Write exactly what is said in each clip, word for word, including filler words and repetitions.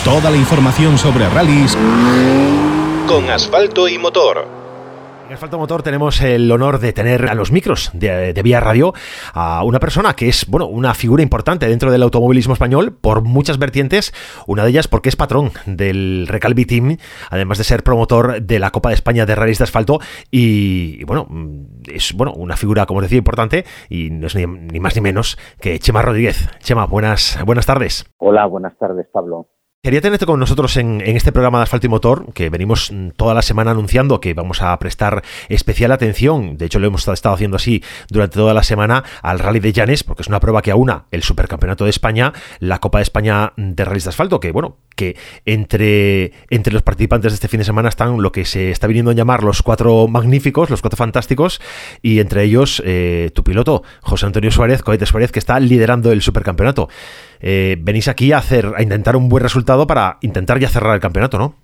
Toda la información sobre rallies con Asfalto y Motor. En Asfalto Motor tenemos el honor de tener a los micros de, de Vía Radio a una persona que es, bueno, una figura importante dentro del automovilismo español por muchas vertientes. Una de ellas porque es patrón del Recalvi Team, además de ser promotor de la Copa de España de Rallys de Asfalto y, y bueno, es bueno una figura, como os decía, importante y no es ni, ni más ni menos que Chema Rodríguez. Chema, buenas, buenas tardes. Hola, buenas tardes, Pablo. Quería tenerte con nosotros en, en este programa de Asfalto y Motor, que venimos toda la semana anunciando que vamos a prestar especial atención, de hecho lo hemos estado haciendo así durante toda la semana, al Rally de Llanes, porque es una prueba que aúna el Supercampeonato de España, la Copa de España de Rallys de Asfalto, que bueno, que entre, entre los participantes de este fin de semana están lo que se está viniendo a llamar los cuatro magníficos, los cuatro fantásticos, y entre ellos eh, tu piloto, José Antonio Suárez, Cohete Suárez, que está liderando el Supercampeonato. Eh, venís aquí a hacer, a intentar un buen resultado para intentar ya cerrar el campeonato, ¿no?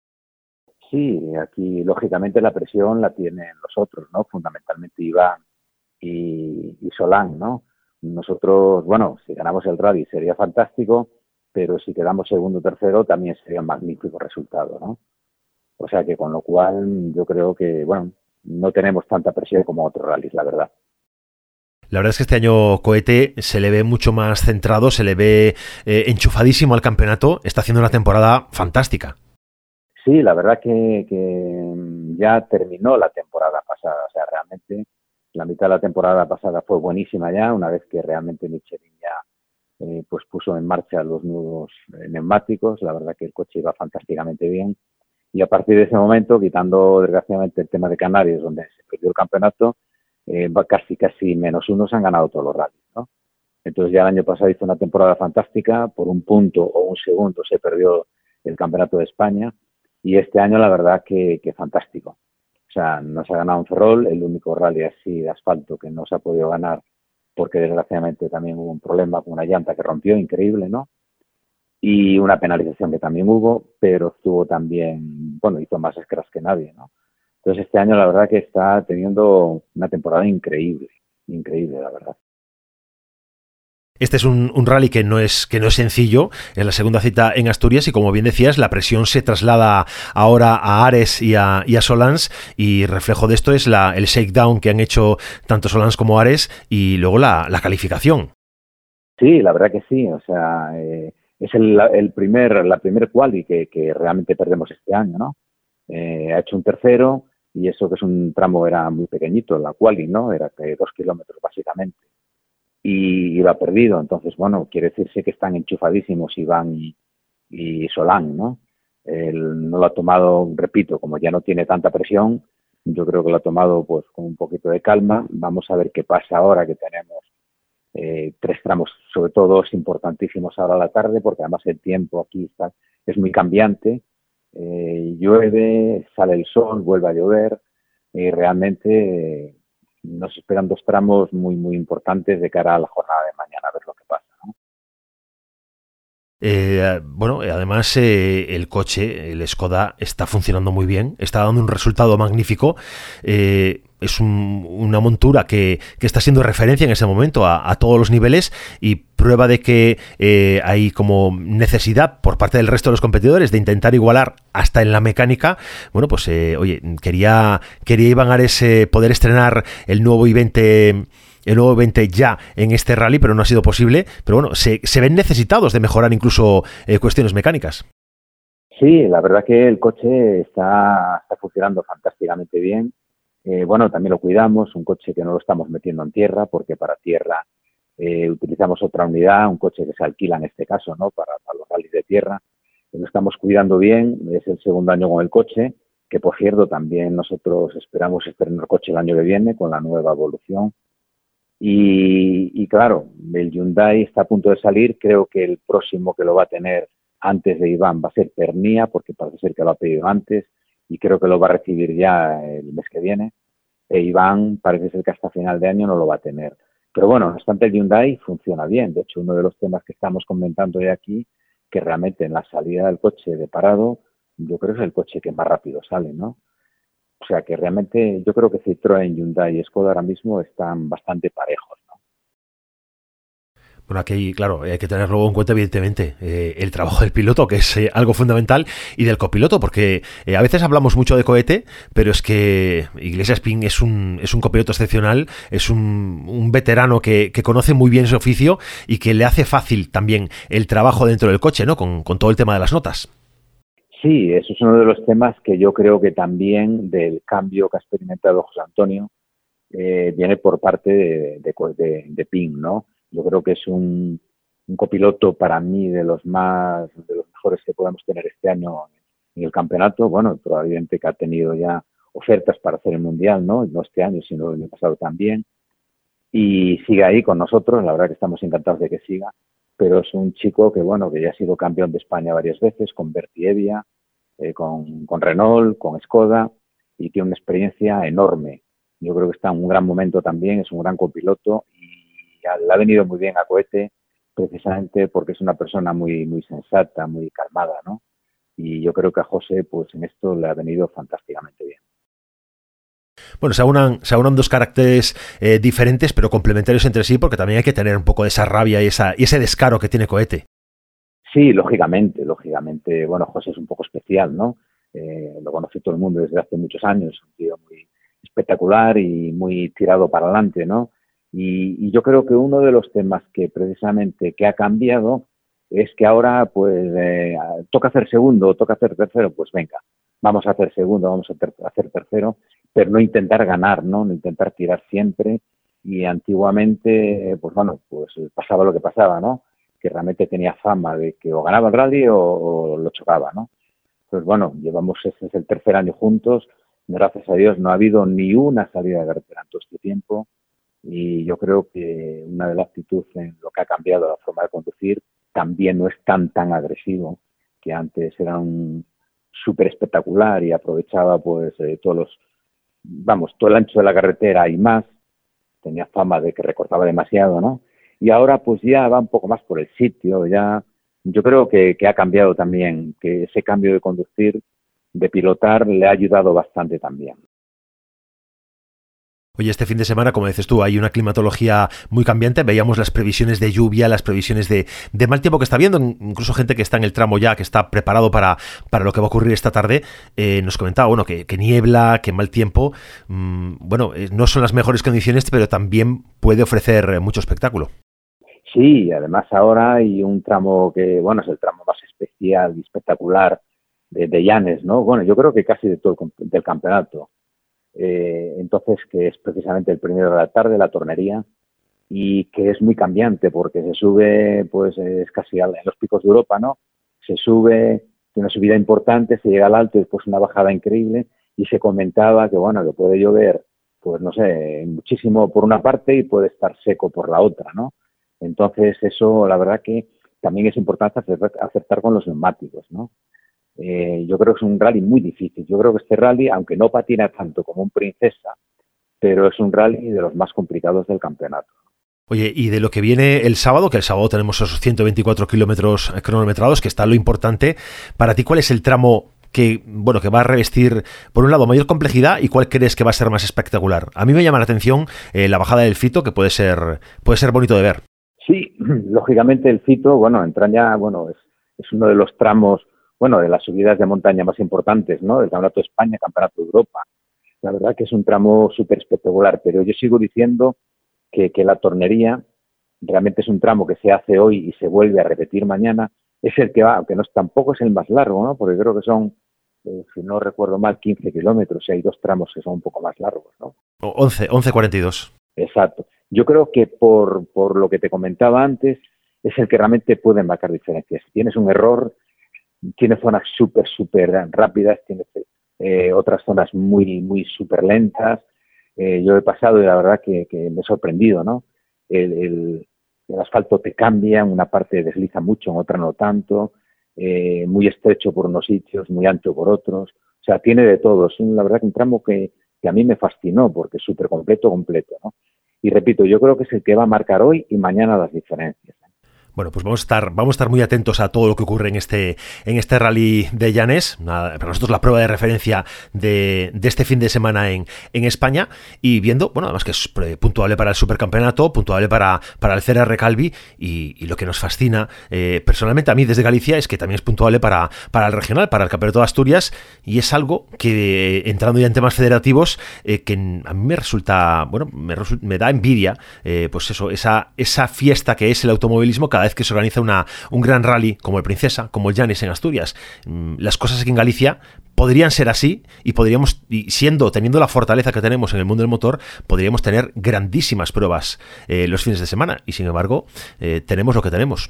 Sí, aquí lógicamente la presión la tienen los otros, ¿no? Fundamentalmente Iván y, y Solán, ¿no? Nosotros, bueno, si ganamos el rally sería fantástico, pero si quedamos segundo o tercero también sería un magnífico resultado, ¿no? O sea que con lo cual yo creo que, bueno, no tenemos tanta presión como otros rallies, la verdad. La verdad es que este año Cohete se le ve mucho más centrado, se le ve eh, enchufadísimo al campeonato, está haciendo una temporada fantástica. Sí, la verdad que, que ya terminó la temporada pasada, o sea, realmente la mitad de la temporada pasada fue buenísima ya, una vez que realmente Michelin ya eh, pues puso en marcha los nuevos eh, neumáticos, la verdad que el coche iba fantásticamente bien, y a partir de ese momento, quitando desgraciadamente el tema de Canarias, donde se perdió el campeonato, Eh, casi casi menos uno se han ganado todos los rallies, ¿no? Entonces ya el año pasado hizo una temporada fantástica, por un punto o un segundo se perdió el campeonato de España y este año la verdad que, que fantástico. O sea, nos ha ganado un Ferrol, el único rally así de asfalto que no se ha podido ganar porque desgraciadamente también hubo un problema con una llanta que rompió, increíble, ¿no? Y una penalización que también hubo, pero estuvo también, bueno, hizo más scratch que nadie, ¿no? Entonces este año la verdad que está teniendo una temporada increíble, increíble la verdad. Este es un, un rally que no es que no es sencillo, es la segunda cita en Asturias y como bien decías, la presión se traslada ahora a Ares y a, y a Solans y reflejo de esto es la, el shakedown que han hecho tanto Solans como Ares y luego la, la calificación. Sí, la verdad que sí, o sea, eh, es el, el primer, la primer quali que, que realmente perdemos este año, ¿no? Eh, ha hecho un tercero y eso que es un tramo era muy pequeñito, la quali, ¿no? Era que dos kilómetros básicamente. Y iba perdido, entonces, bueno, quiere decirse que están enchufadísimos Iván y, y Solán, ¿no? Él no lo ha tomado, repito, como ya no tiene tanta presión, yo creo que lo ha tomado pues con un poquito de calma. Vamos a ver qué pasa ahora que tenemos eh, tres tramos, sobre todo dos importantísimos ahora a la tarde, porque además el tiempo aquí está, es muy cambiante. Eh, llueve, sale el sol, vuelve a llover y realmente eh, nos esperan dos tramos muy muy importantes de cara a la jornada de mañana, a ver lo que pasa, ¿no? Eh, bueno, además eh, el coche, el Skoda, está funcionando muy bien, está dando un resultado magnífico. Eh, es un, una montura que, que está siendo referencia en ese momento a, a todos los niveles y prueba de que eh, hay como necesidad por parte del resto de los competidores de intentar igualar hasta en la mecánica. Bueno, pues eh, oye, quería, quería Iván Ares eh, poder estrenar el nuevo i veinte el nuevo veinte ya en este rally, pero no ha sido posible. Pero bueno, se, se ven necesitados de mejorar incluso eh, cuestiones mecánicas. Sí, la verdad que el coche está, está funcionando fantásticamente bien. Eh, bueno, también lo cuidamos, un coche que no lo estamos metiendo en tierra, porque para tierra eh, utilizamos otra unidad, un coche que se alquila en este caso, ¿no? Para, para los rallies de tierra. Lo estamos cuidando bien, es el segundo año con el coche, que por cierto también nosotros esperamos estrenar coche el año que viene con la nueva evolución. Y, y claro, el Hyundai está a punto de salir, creo que el próximo que lo va a tener antes de Iván va a ser Pernia, porque parece ser que lo ha pedido antes, y creo que lo va a recibir ya el mes que viene. E Iván parece ser que hasta final de año no lo va a tener. Pero bueno, no obstante el Hyundai funciona bien. De hecho, uno de los temas que estamos comentando hoy aquí, que realmente en la salida del coche de parado, yo creo que es el coche que más rápido sale, ¿no? O sea que realmente yo creo que Citroën, Hyundai y Skoda ahora mismo están bastante parejos, ¿no? Bueno, aquí, claro, hay que tenerlo en cuenta, evidentemente, eh, el trabajo del piloto, que es eh, algo fundamental, y del copiloto, porque eh, a veces hablamos mucho de cohete, pero es que Iglesias Pin es un, es un copiloto excepcional, es un, un veterano que, que conoce muy bien su oficio y que le hace fácil también el trabajo dentro del coche, ¿no? Con, con todo el tema de las notas. Sí, eso es uno de los temas que yo creo que también del cambio que ha experimentado José Antonio eh, viene por parte de, de, de, de Pin, ¿no? Yo creo que es un, un copiloto para mí de los más, de los mejores que podemos tener este año en el campeonato. Bueno, probablemente que ha tenido ya ofertas para hacer el Mundial, ¿no? No este año, sino el año pasado también. Y sigue ahí con nosotros, la verdad que estamos encantados de que siga, pero es un chico que, bueno, que ya ha sido campeón de España varias veces, con Bertievia, eh, con, con Renault, con Skoda, y tiene una experiencia enorme. Yo creo que está en un gran momento también, es un gran copiloto, y le ha venido muy bien a Cohete, precisamente porque es una persona muy muy sensata, muy calmada, ¿no? Y yo creo que a José, pues en esto le ha venido fantásticamente bien. Bueno, se aunan, se aunan dos caracteres eh, diferentes, pero complementarios entre sí, porque también hay que tener un poco de esa rabia y, esa, y ese descaro que tiene Cohete. Sí, lógicamente, lógicamente. Bueno, José es un poco especial, ¿no? Eh, lo conoce todo el mundo desde hace muchos años, un tío muy espectacular y muy tirado para adelante, ¿no? Y, y yo creo que uno de los temas que precisamente que ha cambiado es que ahora pues eh, toca hacer segundo, toca hacer tercero, pues venga, vamos a hacer segundo, vamos a ter- hacer tercero, pero no intentar ganar, ¿no? No intentar tirar siempre. Y antiguamente, pues bueno, pues pasaba lo que pasaba, ¿no? Que realmente tenía fama de que o ganaba el rally o, o lo chocaba, ¿no? Pues bueno, llevamos, este es el tercer año juntos, gracias a Dios no ha habido ni una salida de carretera en todo este tiempo. Y yo creo que una de las actitudes en lo que ha cambiado la forma de conducir también no es tan tan agresivo, que antes era un súper espectacular y aprovechaba pues eh, todos los, vamos, todo el ancho de la carretera y más, tenía fama de que recortaba demasiado, ¿no? Y ahora pues ya va un poco más por el sitio, ya yo creo que, que ha cambiado también, que ese cambio de conducir, de pilotar, le ha ayudado bastante también. Oye, este fin de semana, como dices tú, hay una climatología muy cambiante. Veíamos las previsiones de lluvia, las previsiones de, de mal tiempo que está habiendo. Incluso gente que está en el tramo ya, que está preparado para, para lo que va a ocurrir esta tarde, eh, nos comentaba, bueno, que, que niebla, que mal tiempo. Mmm, bueno, eh, no son las mejores condiciones, pero también puede ofrecer mucho espectáculo. Sí, además ahora hay un tramo que, bueno, es el tramo más especial y espectacular de, de Llanes, ¿no? Bueno, yo creo que casi de todo el, del campeonato. Eh, entonces, que es precisamente el primero de la tarde, la tornería, y que es muy cambiante porque se sube, pues es casi en los picos de Europa, ¿no? Se sube, tiene una subida importante, se llega al alto y después una bajada increíble, y se comentaba que, bueno, que puede llover, pues no sé, muchísimo por una parte y puede estar seco por la otra, ¿no? Entonces, eso, la verdad que también es importante acertar con los neumáticos, ¿no? Eh, yo creo que es un rally muy difícil. Yo creo que este rally, aunque no patina tanto como un Princesa, pero es un rally de los más complicados del campeonato. Oye, y de lo que viene el sábado, que el sábado tenemos esos ciento veinticuatro kilómetros cronometrados, que está lo importante, para ti, ¿cuál es el tramo que, bueno, que va a revestir, por un lado, mayor complejidad y cuál crees que va a ser más espectacular? A mí me llama la atención eh, la bajada del Fito, que puede ser, puede ser bonito de ver. Sí, lógicamente el Fito, bueno, entraña, bueno, es, es uno de los tramos, bueno, de las subidas de montaña más importantes, ¿no? Del Campeonato de España, Campeonato de Europa. La verdad que es un tramo súper espectacular, pero yo sigo diciendo que, que la tornería realmente es un tramo que se hace hoy y se vuelve a repetir mañana. Es el que va, aunque no es, tampoco es el más largo, ¿no? Porque creo que son, eh, si no recuerdo mal, quince kilómetros y hay dos tramos que son un poco más largos, ¿no? once, once cuarenta y dos. Exacto. Yo creo que por, por lo que te comentaba antes, es el que realmente puede marcar diferencias. Si tienes un error, tiene zonas súper, súper rápidas, tiene eh, otras zonas muy, muy súper lentas. Eh, yo he pasado y la verdad que, que me he sorprendido, ¿no? El, el, el asfalto te cambia, en una parte desliza mucho, en otra no tanto, eh, muy estrecho por unos sitios, muy ancho por otros. O sea, tiene de todo. Es un, la verdad que un tramo que, que a mí me fascinó porque es súper completo, completo, ¿no? Y repito, yo creo que es el que va a marcar hoy y mañana las diferencias. Bueno, pues vamos a estar, vamos a estar muy atentos a todo lo que ocurre en este, en este rally de Llanes. Una, para nosotros la prueba de referencia de, de este fin de semana en, en España, y viendo, bueno, además que es puntuable para el supercampeonato, puntuable para, para el C R R Calvi, y, y lo que nos fascina eh, personalmente a mí desde Galicia es que también es puntuable para, para el regional, para el Campeonato de Asturias, y es algo que, eh, entrando ya en temas federativos, eh, que a mí me resulta, bueno, me, resulta, me da envidia, eh, pues eso, esa, esa fiesta que es el automovilismo cada vez que se organiza una, un gran rally como el Princesa, como el Llanes en Asturias. Las cosas aquí en Galicia podrían ser así, y podríamos, y siendo, teniendo la fortaleza que tenemos en el mundo del motor, podríamos tener grandísimas pruebas eh, los fines de semana, y sin embargo eh, tenemos lo que tenemos.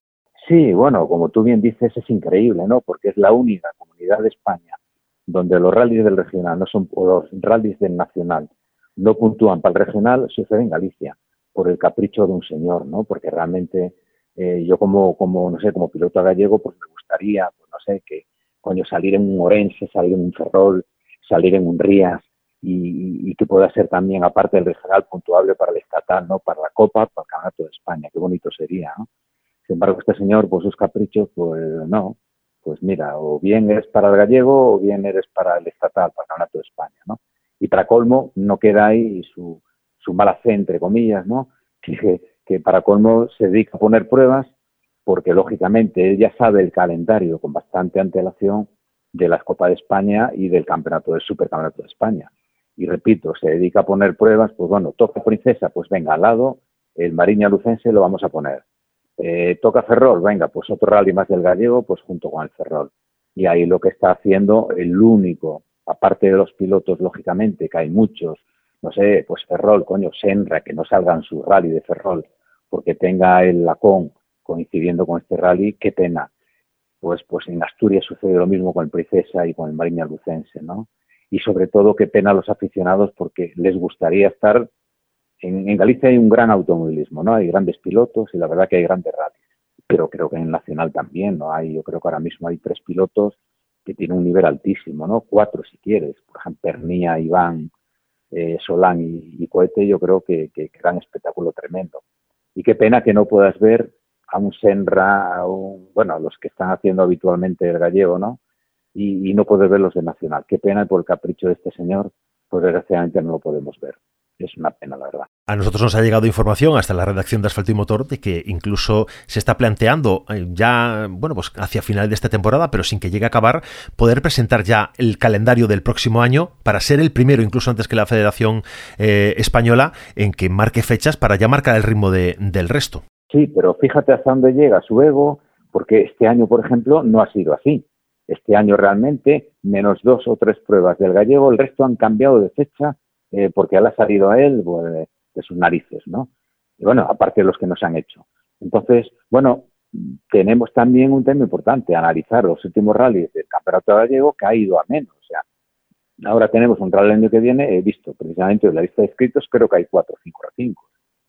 Sí, bueno, como tú bien dices, es increíble, ¿no? Porque es la única comunidad de España donde los rallies del regional no son, o los rallies del nacional no puntúan para el regional. Sucede en Galicia, por el capricho de un señor, ¿no? Porque realmente eh, yo como, como, no sé, como piloto gallego, pues me gustaría, pues no sé, que coño, salir en un Orense, salir en un Ferrol, salir en un Rías, y, y que pueda ser también, aparte del regional, puntuable para el estatal, ¿no? Para la Copa, para el Campeonato de España. Qué bonito sería, ¿no? Sin embargo, este señor, por sus caprichos, pues no. Pues mira, o bien eres para el gallego o bien eres para el estatal, para el Campeonato de España, ¿no? Y para colmo, no queda ahí su, su mala fe, entre comillas, ¿no? Que, que para colmo se dedica a poner pruebas, porque lógicamente él ya sabe el calendario con bastante antelación de las Copas de España y del campeonato del Supercampeonato de España. Y repito, se dedica a poner pruebas, pues bueno, toca Princesa, pues venga, al lado, el Mariña Lucense lo vamos a poner. Eh, toca Ferrol, venga, pues otro rally más del gallego, pues junto con el Ferrol. Y ahí lo que está haciendo el único, aparte de los pilotos, lógicamente, que hay muchos, no sé, pues Ferrol, coño, Senra, que no salgan su rally de Ferrol, porque tenga el Lacón coincidiendo con este rally, qué pena. Pues, pues en Asturias sucede lo mismo con el Princesa y con el Mariña Lucense, ¿no? Y sobre todo, qué pena a los aficionados, porque les gustaría estar. En, en Galicia hay un gran automovilismo, ¿no? Hay grandes pilotos y la verdad que hay grandes rallies. Pero creo que en el nacional también, ¿no? Hay, yo creo que ahora mismo hay tres pilotos que tienen un nivel altísimo, ¿no? Cuatro si quieres. Por ejemplo, Pernía, Iván, eh, Solán y, y Cohete, yo creo que, que, que dan espectáculo tremendo. Y qué pena que no puedas ver a un Senra, a un, bueno, a los que están haciendo habitualmente el gallego, ¿no? Y, y no poder ver los de nacional. Qué pena, por el capricho de este señor, pues desgraciadamente no lo podemos ver. Es una pena, la verdad. A nosotros nos ha llegado información hasta la redacción de Asfalto y Motor de que incluso se está planteando ya, bueno, pues hacia final de esta temporada, pero sin que llegue a acabar, poder presentar ya el calendario del próximo año para ser el primero, incluso antes que la Federación eh, Española, en que marque fechas para ya marcar el ritmo de, del resto. Sí, pero fíjate hasta dónde llega su ego, porque este año, por ejemplo, no ha sido así. Este año realmente, menos dos o tres pruebas del gallego, el resto han cambiado de fecha eh, porque ya le ha salido a él pues, de sus narices, ¿no? Y bueno, aparte de los que no se han hecho. Entonces, bueno, tenemos también un tema importante, analizar los últimos rallies del Campeonato Gallego, que ha ido a menos. O sea, ahora tenemos un rally el año que viene, he visto precisamente en la lista de inscritos, creo que hay cuatro o cinco cinco.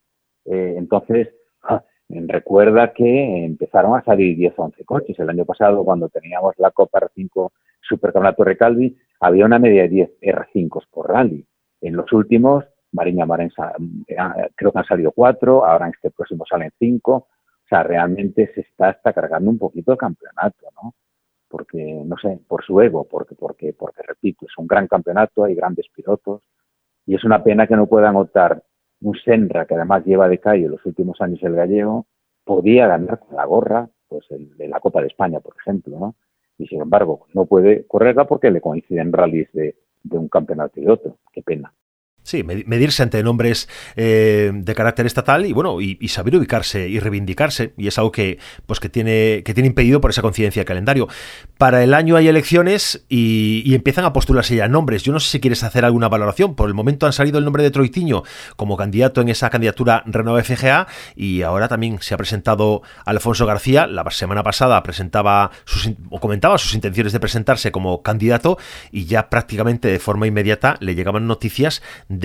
Eh, entonces, ah, recuerda que empezaron a salir diez o once coches. El año pasado, cuando teníamos la Copa R cinco Supercampeonato Recalvi, había una media de diez R cinco por rally. En los últimos, Mariña Marensa, creo que han salido cuatro, ahora en este próximo salen cinco. O sea, realmente se está, está cargando un poquito el campeonato, ¿no? Porque, no sé, por su ego, porque, porque, porque, repito, es un gran campeonato, hay grandes pilotos, y es una pena que no puedan optar un Senra, que además lleva de calle los últimos años el gallego, podía ganar con la gorra, pues el, de la Copa de España, por ejemplo, ¿no? Y sin embargo, no puede correrla porque le coinciden rallies de, de un campeonato y otro. Qué pena. Sí, medirse ante nombres eh, de carácter estatal y bueno y, y saber ubicarse y reivindicarse, y es algo que pues que tiene que tiene impedido por esa coincidencia de calendario. Para el año hay elecciones y, y empiezan a postularse ya nombres. Yo no sé si quieres hacer alguna valoración. Por el momento han salido el nombre de Troitiño como candidato en esa candidatura Renova F G A, y ahora también se ha presentado Alfonso García. La semana pasada presentaba sus, o comentaba sus intenciones de presentarse como candidato, y ya prácticamente de forma inmediata le llegaban noticias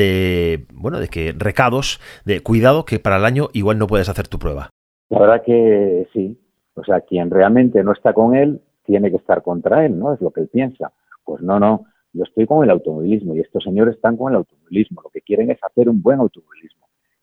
de, bueno, de que recados, de cuidado que para el año igual no puedes hacer tu prueba. La verdad que sí. O sea, quien realmente no está con él tiene que estar contra él, ¿no? Es lo que él piensa. Pues no, no, yo estoy con el automovilismo y estos señores están con el automovilismo. Lo que quieren es hacer un buen automovilismo.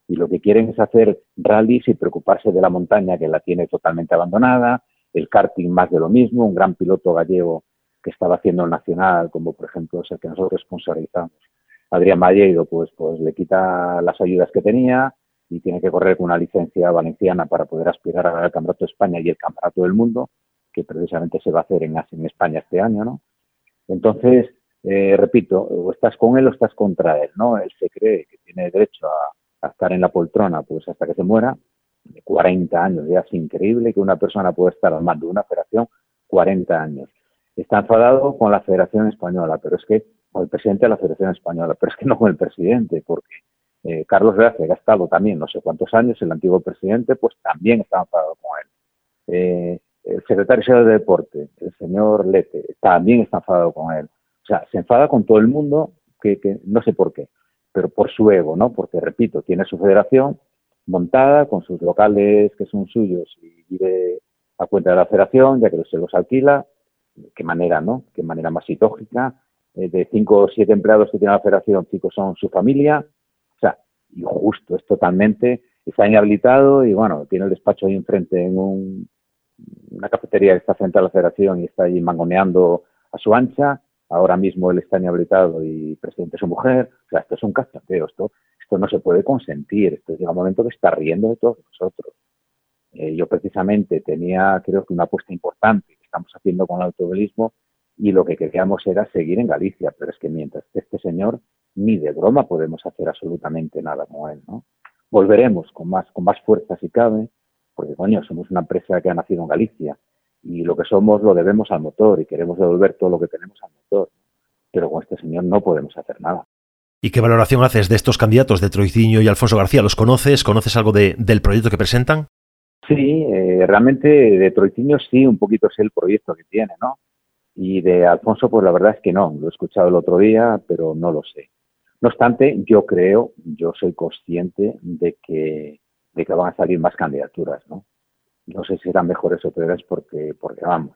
Y lo que quieren es hacer rallies y preocuparse de la montaña, que la tiene totalmente abandonada, el karting más de lo mismo, un gran piloto gallego que estaba haciendo el nacional, como por ejemplo es el que nosotros responsabilizamos, Adrián Malleiro, pues, pues le quita las ayudas que tenía y tiene que correr con una licencia valenciana para poder aspirar a ganar el Campeonato de España y el Campeonato del Mundo, que precisamente se va a hacer en, en España este año, ¿no? Entonces, eh, repito, o estás con él o estás contra él, ¿no? Él se cree que tiene derecho a, a estar en la poltrona pues hasta que se muera, cuarenta años, ya es increíble que una persona pueda estar al mando de una federación cuarenta años. Está enfadado con la Federación Española, pero es que, con el presidente de la Federación Española, pero es que no con el presidente, porque eh, Carlos Reace, que ha estado también no sé cuántos años, el antiguo presidente, pues también está enfadado con él. Eh, el secretario de Deporte, el señor Lete, también está enfadado con él. O sea, se enfada con todo el mundo, que, que no sé por qué, pero por su ego, ¿no? Porque, repito, tiene su federación montada con sus locales que son suyos y vive a cuenta de la federación, ya que se los alquila. Qué manera, ¿no? Qué manera más itógica. Eh, de cinco o siete empleados que tiene la federación, cinco son su familia. O sea, injusto, es totalmente. Está inhabilitado y, bueno, tiene el despacho ahí enfrente en un, una cafetería que está frente a la federación y está ahí mangoneando a su ancha. Ahora mismo él está inhabilitado y presidente de su mujer. O sea, esto es un cachateo, esto, esto no se puede consentir. Esto llega un momento que está riendo de todos nosotros. Eh, yo precisamente tenía, creo que una apuesta importante que estamos haciendo con el automovilismo y lo que queríamos era seguir en Galicia, pero es que mientras este señor ni de broma podemos hacer absolutamente nada con él, ¿no? Volveremos con más, con más fuerza si cabe, porque coño, somos una empresa que ha nacido en Galicia y lo que somos lo debemos al motor y queremos devolver todo lo que tenemos al motor, pero con este señor no podemos hacer nada. ¿Y qué valoración haces de estos candidatos, de Troitiño y Alfonso García? ¿Los conoces? ¿Conoces algo de, del proyecto que presentan? Sí, eh, realmente de Troitiño sí, un poquito sé el proyecto que tiene, ¿no? Y de Alfonso, pues la verdad es que no, lo he escuchado el otro día, pero no lo sé. No obstante, yo creo, yo soy consciente de que, de que van a salir más candidaturas, ¿no? No sé si serán mejores o peores porque, porque vamos.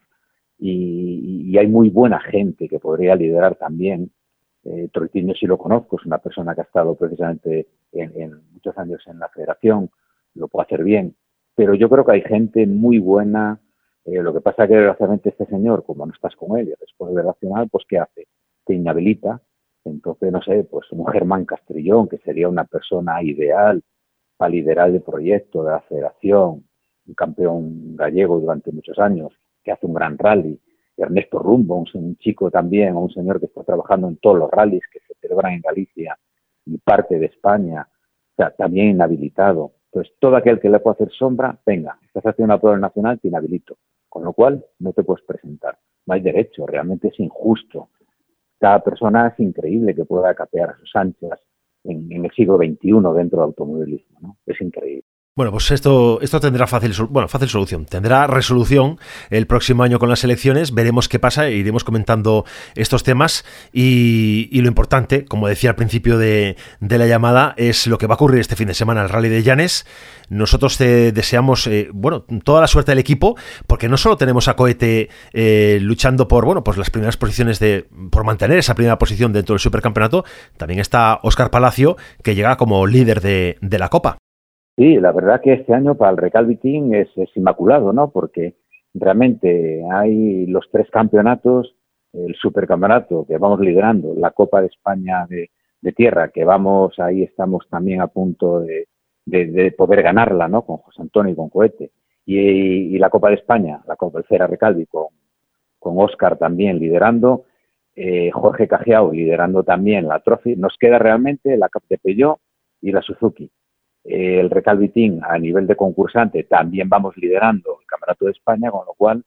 Y, y hay muy buena gente que podría liderar también. Eh, Troitiño sí lo conozco, es una persona que ha estado precisamente en, en muchos años en la federación, lo puede hacer bien. Pero yo creo que hay gente muy buena. Eh, lo que pasa es que desgraciadamente este señor, como no estás con él y después de nacional, pues ¿qué hace? Te inhabilita. Entonces, no sé, pues un Germán Castrillón, que sería una persona ideal para liderar el proyecto de la federación, un campeón gallego durante muchos años, que hace un gran rally. Ernesto Rumbo, un, un chico también, o un señor que está trabajando en todos los rallies que se celebran en Galicia y parte de España, o sea, también inhabilitado. Entonces, todo aquel que le pueda hacer sombra, venga, estás haciendo una prueba nacional, te inhabilito. Con lo cual, no te puedes presentar. No hay derecho, realmente es injusto. Cada persona es increíble que pueda capear a sus anchas en, en el siglo veintiuno dentro del automovilismo, ¿no? Es increíble. Bueno, pues esto, esto tendrá fácil, bueno, fácil solución. Tendrá resolución el próximo año con las elecciones. Veremos qué pasa e iremos comentando estos temas. Y, y lo importante, como decía al principio de, de la llamada, es lo que va a ocurrir este fin de semana, el Rally de Llanes. Nosotros te deseamos, eh, bueno, toda la suerte del equipo, porque no solo tenemos a Cohete eh, luchando por, bueno, pues las primeras posiciones de, por mantener esa primera posición dentro del supercampeonato, también está Óscar Palacio, que llega como líder de, de la Copa. Sí, la verdad que este año para el Recalvi Team es, es inmaculado, ¿no? Porque realmente hay los tres campeonatos, el supercampeonato que vamos liderando, la Copa de España de, de Tierra, que vamos, ahí estamos también a punto de, de, de poder ganarla, ¿no? Con José Antonio y con Cohete. Y, y la Copa de España, la Copa del Cera Recalvi, con, con Óscar también liderando, eh, Jorge Cajiao liderando también la Trophy. Nos queda realmente la Cup de Peugeot y la Suzuki. El Recalvi Team a nivel de concursante también vamos liderando el Campeonato de España, con lo cual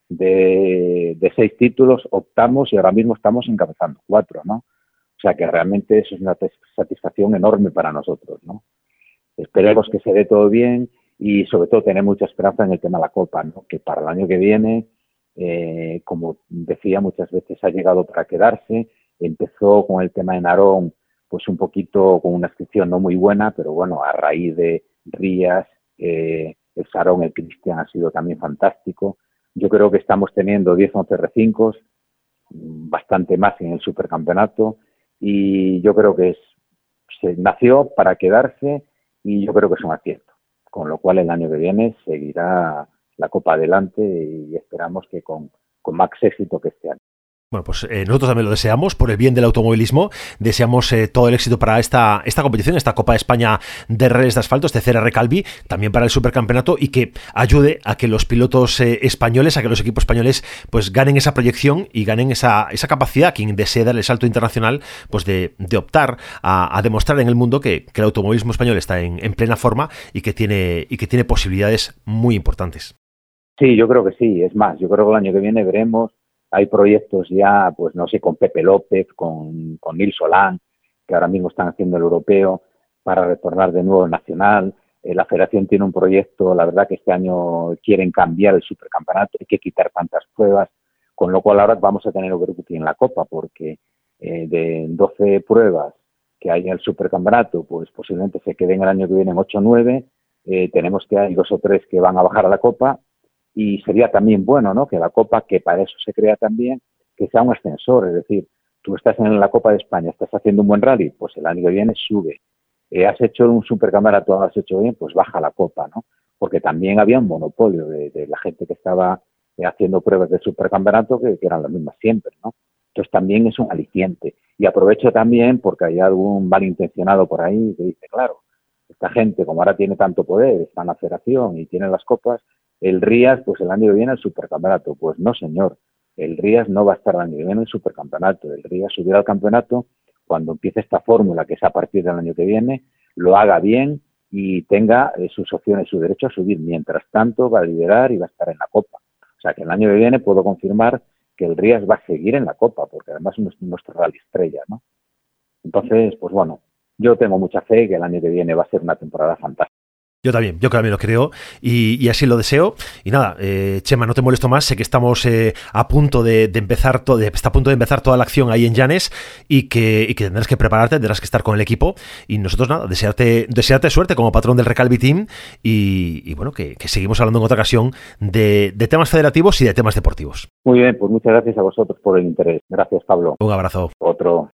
de, de seis títulos optamos y ahora mismo estamos encabezando cuatro, ¿no? O sea que realmente eso es una satisfacción enorme para nosotros, ¿no? Esperemos que se dé todo bien y sobre todo tener mucha esperanza en el tema de la Copa, ¿no? Que para el año que viene, eh, como decía, muchas veces ha llegado para quedarse. Empezó con el tema de Narón, pues un poquito con una inscripción no muy buena, pero bueno, a raíz de Rías, eh, el Sarón, el Cristian ha sido también fantástico. Yo creo que estamos teniendo diez once R cinco, bastante más en el supercampeonato, y yo creo que es, se nació para quedarse y yo creo que es un acierto. Con lo cual el año que viene seguirá la Copa adelante y esperamos que con, con más éxito que este año. Bueno, pues eh, nosotros también lo deseamos, por el bien del automovilismo. Deseamos eh, todo el éxito para esta, esta competición, esta Copa de España de Rallys de Asfalto, este C R R Calvi, también para el Supercampeonato, y que ayude a que los pilotos eh, españoles, a que los equipos españoles pues ganen esa proyección y ganen esa, esa capacidad, quien desee dar el salto internacional, pues de, de optar a, a demostrar en el mundo que, que el automovilismo español está en, en plena forma y que tiene y que tiene posibilidades muy importantes. Sí, yo creo que sí. Es más, yo creo que el año que viene veremos. Hay proyectos ya, pues no sé, con Pepe López, con, con Nils Solán, que ahora mismo están haciendo el europeo para retornar de nuevo al nacional. Eh, la federación tiene un proyecto, la verdad que este año quieren cambiar el supercampeonato, hay que quitar tantas pruebas, con lo cual ahora vamos a tener overbooking en la Copa, porque eh, de doce pruebas que hay en el supercampeonato, pues posiblemente se queden el año que viene en ocho o nueve, eh, tenemos que hay dos o tres que van a bajar a la Copa. Y sería también bueno, ¿no?, que la Copa, que para eso se crea también, que sea un ascensor. Es decir, tú estás en la Copa de España, estás haciendo un buen rally, pues el año que viene sube. Eh, has hecho un supercampeonato, lo has hecho bien, pues baja la Copa, ¿no? Porque también había un monopolio de, de la gente que estaba eh, haciendo pruebas de supercampeonato que, que eran las mismas siempre, ¿no? Entonces también es un aliciente. Y aprovecho también porque hay algún malintencionado por ahí que dice, claro, esta gente, como ahora tiene tanto poder, está en la federación y tiene las copas, el Rías, pues el año que viene el supercampeonato. Pues no, señor. El Rías no va a estar el año que viene en el supercampeonato. El Rías subirá al campeonato cuando empiece esta fórmula, que es a partir del año que viene, lo haga bien y tenga eh, sus opciones, su derecho a subir. Mientras tanto, va a liderar y va a estar en la Copa. O sea, que el año que viene puedo confirmar que el Rías va a seguir en la Copa, porque además es nuestro rally estrella, ¿no? Entonces, pues bueno, yo tengo mucha fe que el año que viene va a ser una temporada fantástica. Yo también, yo también lo creo y, y así lo deseo. Y nada, eh, Chema, no te molesto más. Sé que estamos eh, a punto de, de empezar, to- de, está a punto de empezar toda la acción ahí en Llanes y que, y que tendrás que prepararte, tendrás que estar con el equipo. Y nosotros nada, desearte, desearte suerte como patrón del Recalvi Team y, y bueno, que, que seguimos hablando en otra ocasión de, de temas federativos y de temas deportivos. Muy bien, pues muchas gracias a vosotros por el interés. Gracias, Pablo. Un abrazo. Otro.